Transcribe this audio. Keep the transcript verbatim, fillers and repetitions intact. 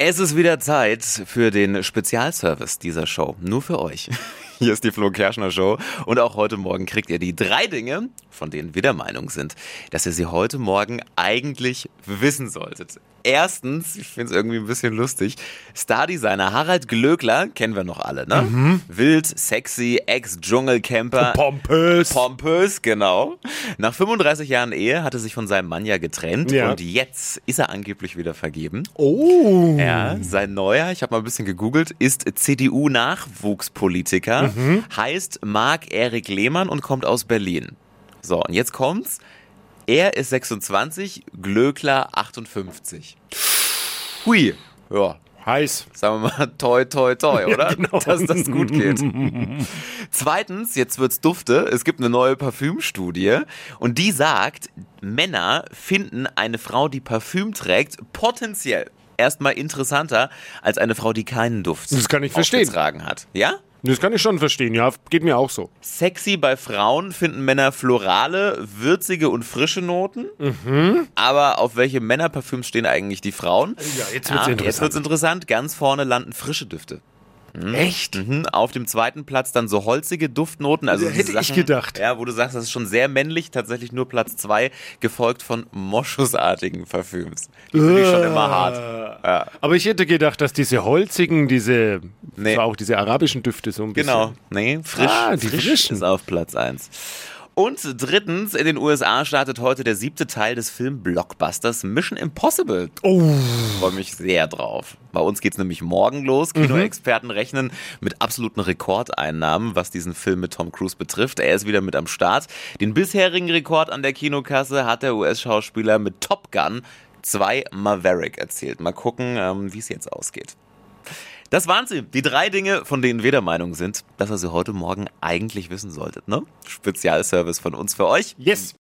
Es ist wieder Zeit für den Spezialservice dieser Show. Nur für euch. Hier ist die Flo Kerschner Show. Und auch heute Morgen kriegt ihr die drei Dinge, von denen wir der Meinung sind, dass ihr sie heute Morgen eigentlich wissen solltet. Erstens, ich finde es irgendwie ein bisschen lustig, Stardesigner Harald Glöckler, kennen wir noch alle, ne? Mhm. Wild, sexy, Ex-Dschungelcamper. Pompös. Pompös, genau. Nach fünfunddreißig Jahren Ehe hat er sich von seinem Mann ja getrennt. Ja. Und jetzt ist er angeblich wieder vergeben. Oh. Ja, sein neuer, ich habe mal ein bisschen gegoogelt, ist C D U-Nachwuchspolitiker, mhm. heißt Marc-Erik Lehmann und kommt aus Berlin. So, und jetzt kommt's. Er ist sechsundzwanzig, Glöckler achtundfünfzig. Hui, ja. Heiß. Sagen wir mal toi, toi, toi, oder? Ja, genau. Dass das gut geht. Zweitens, jetzt wird's dufte, es gibt eine neue Parfümstudie und die sagt, Männer finden eine Frau, die Parfüm trägt, potenziell erstmal interessanter als eine Frau, die keinen Duft Das kann ich verstehen. aufgetragen hat. Ja? Das kann ich schon verstehen, ja, geht mir auch so. Sexy bei Frauen finden Männer florale, würzige und frische Noten. Mhm. Aber auf welche Männerparfüms stehen eigentlich die Frauen? Ja, jetzt wird's ah, interessant. Jetzt wird's interessant. Ganz vorne landen frische Düfte. Mhm. Echt? Mhm. Auf dem zweiten Platz dann so holzige Duftnoten. Also Ja, hätte Sachen, ich gedacht. Ja, wo du sagst, das ist schon sehr männlich. Tatsächlich nur Platz zwei, gefolgt von moschusartigen Parfüms. Die finde ich schon immer hart. Ja. Aber ich hätte gedacht, dass diese holzigen, diese, Nee. auch diese arabischen Düfte so ein bisschen. Genau, nee, frisch, Ah, die frisch frischen. ist auf Platz eins. Und drittens, in den U S A startet heute der siebte Teil des Film-Blockbusters Mission Impossible. Oh. Ich freue mich sehr drauf. Bei uns geht's nämlich morgen los. Kinoexperten rechnen mit absoluten Rekordeinnahmen, was diesen Film mit Tom Cruise betrifft. Er ist wieder mit am Start. Den bisherigen Rekord an der Kinokasse hat der U S-Schauspieler mit Top Gun zwei Maverick erzielt. Mal gucken, ähm, wie es jetzt ausgeht. Das waren sie, die drei Dinge, von denen wir der Meinung sind, dass ihr sie heute Morgen eigentlich wissen solltet, ne? Spezialservice von uns für euch. Yes.